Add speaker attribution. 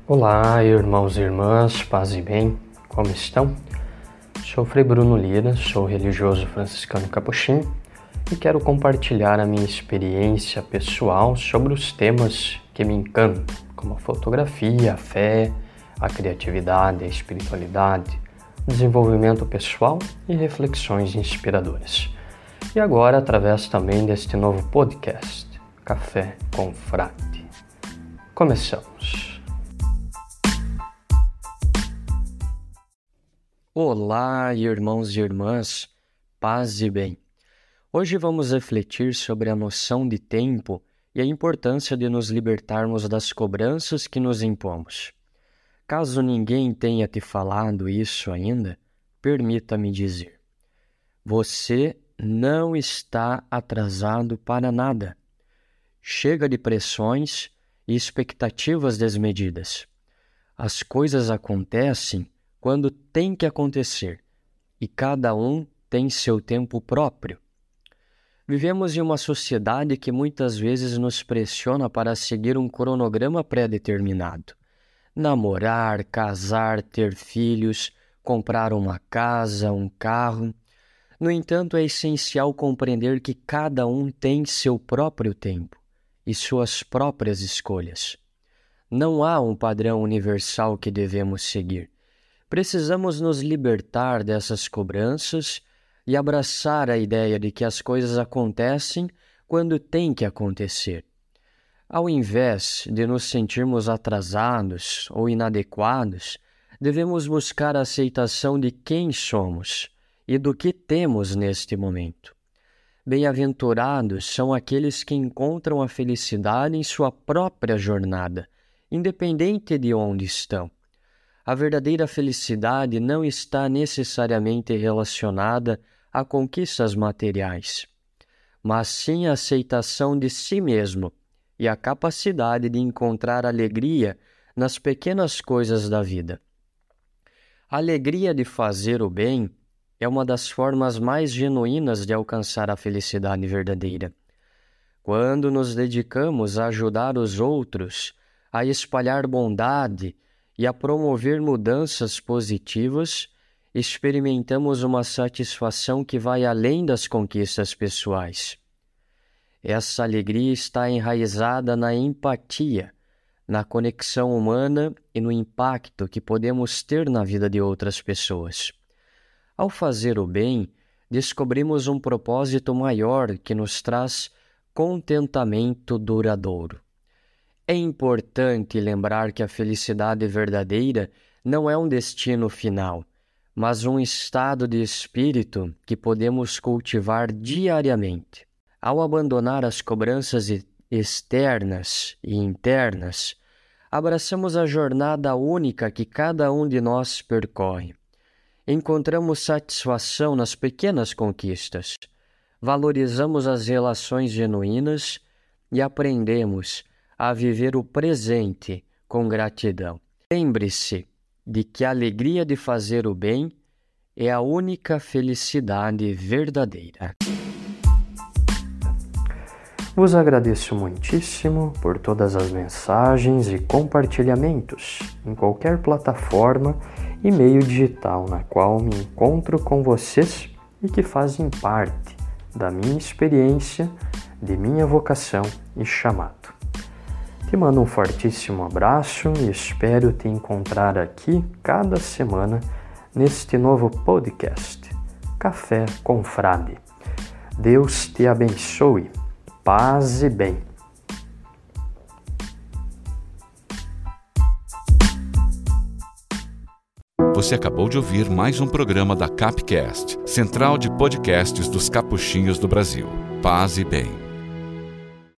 Speaker 1: Olá, irmãos e irmãs, paz e bem, como estão? Sou Frei Bruno Lira, sou religioso franciscano capuchinho e quero compartilhar a minha experiência pessoal sobre os temas que me encantam, como a fotografia, a fé, a criatividade, a espiritualidade, o desenvolvimento pessoal e reflexões inspiradoras. E agora, através também deste novo podcast, Café com Frade. Começamos! Olá, irmãos e irmãs, paz e bem. Hoje vamos refletir sobre a noção de tempo e a importância de nos libertarmos das cobranças que nos impomos. Caso ninguém tenha te falado isso ainda, permita-me dizer: você não está atrasado para nada. Chega de pressões e expectativas desmedidas. As coisas acontecem quando tem que acontecer, e cada um tem seu tempo próprio. Vivemos em uma sociedade que muitas vezes nos pressiona para seguir um cronograma pré-determinado. Namorar, casar, ter filhos, comprar uma casa, um carro. No entanto, é essencial compreender que cada um tem seu próprio tempo e suas próprias escolhas. Não há um padrão universal que devemos seguir. Precisamos nos libertar dessas cobranças e abraçar a ideia de que as coisas acontecem quando tem que acontecer. Ao invés de nos sentirmos atrasados ou inadequados, devemos buscar a aceitação de quem somos e do que temos neste momento. Bem-aventurados são aqueles que encontram a felicidade em sua própria jornada, independente de onde estão. A verdadeira felicidade não está necessariamente relacionada a conquistas materiais, mas sim a aceitação de si mesmo e a capacidade de encontrar alegria nas pequenas coisas da vida. A alegria de fazer o bem é uma das formas mais genuínas de alcançar a felicidade verdadeira. Quando nos dedicamos a ajudar os outros, a espalhar bondade e a promover mudanças positivas, experimentamos uma satisfação que vai além das conquistas pessoais. Essa alegria está enraizada na empatia, na conexão humana e no impacto que podemos ter na vida de outras pessoas. Ao fazer o bem, descobrimos um propósito maior que nos traz contentamento duradouro. É importante lembrar que a felicidade verdadeira não é um destino final, mas um estado de espírito que podemos cultivar diariamente. Ao abandonar as cobranças externas e internas, abraçamos a jornada única que cada um de nós percorre. Encontramos satisfação nas pequenas conquistas, valorizamos as relações genuínas e aprendemos a viver o presente com gratidão. Lembre-se de que a alegria de fazer o bem é a única felicidade verdadeira. Vos agradeço muitíssimo por todas as mensagens e compartilhamentos em qualquer plataforma e meio digital na qual me encontro com vocês e que fazem parte da minha experiência, de minha vocação e chamado. Te mando um fortíssimo abraço e espero te encontrar aqui cada semana neste novo podcast, Café com Frade. Deus te abençoe, paz e bem.
Speaker 2: Você acabou de ouvir mais um programa da Capcast, Central de Podcasts dos Capuchinhos do Brasil. Paz e bem.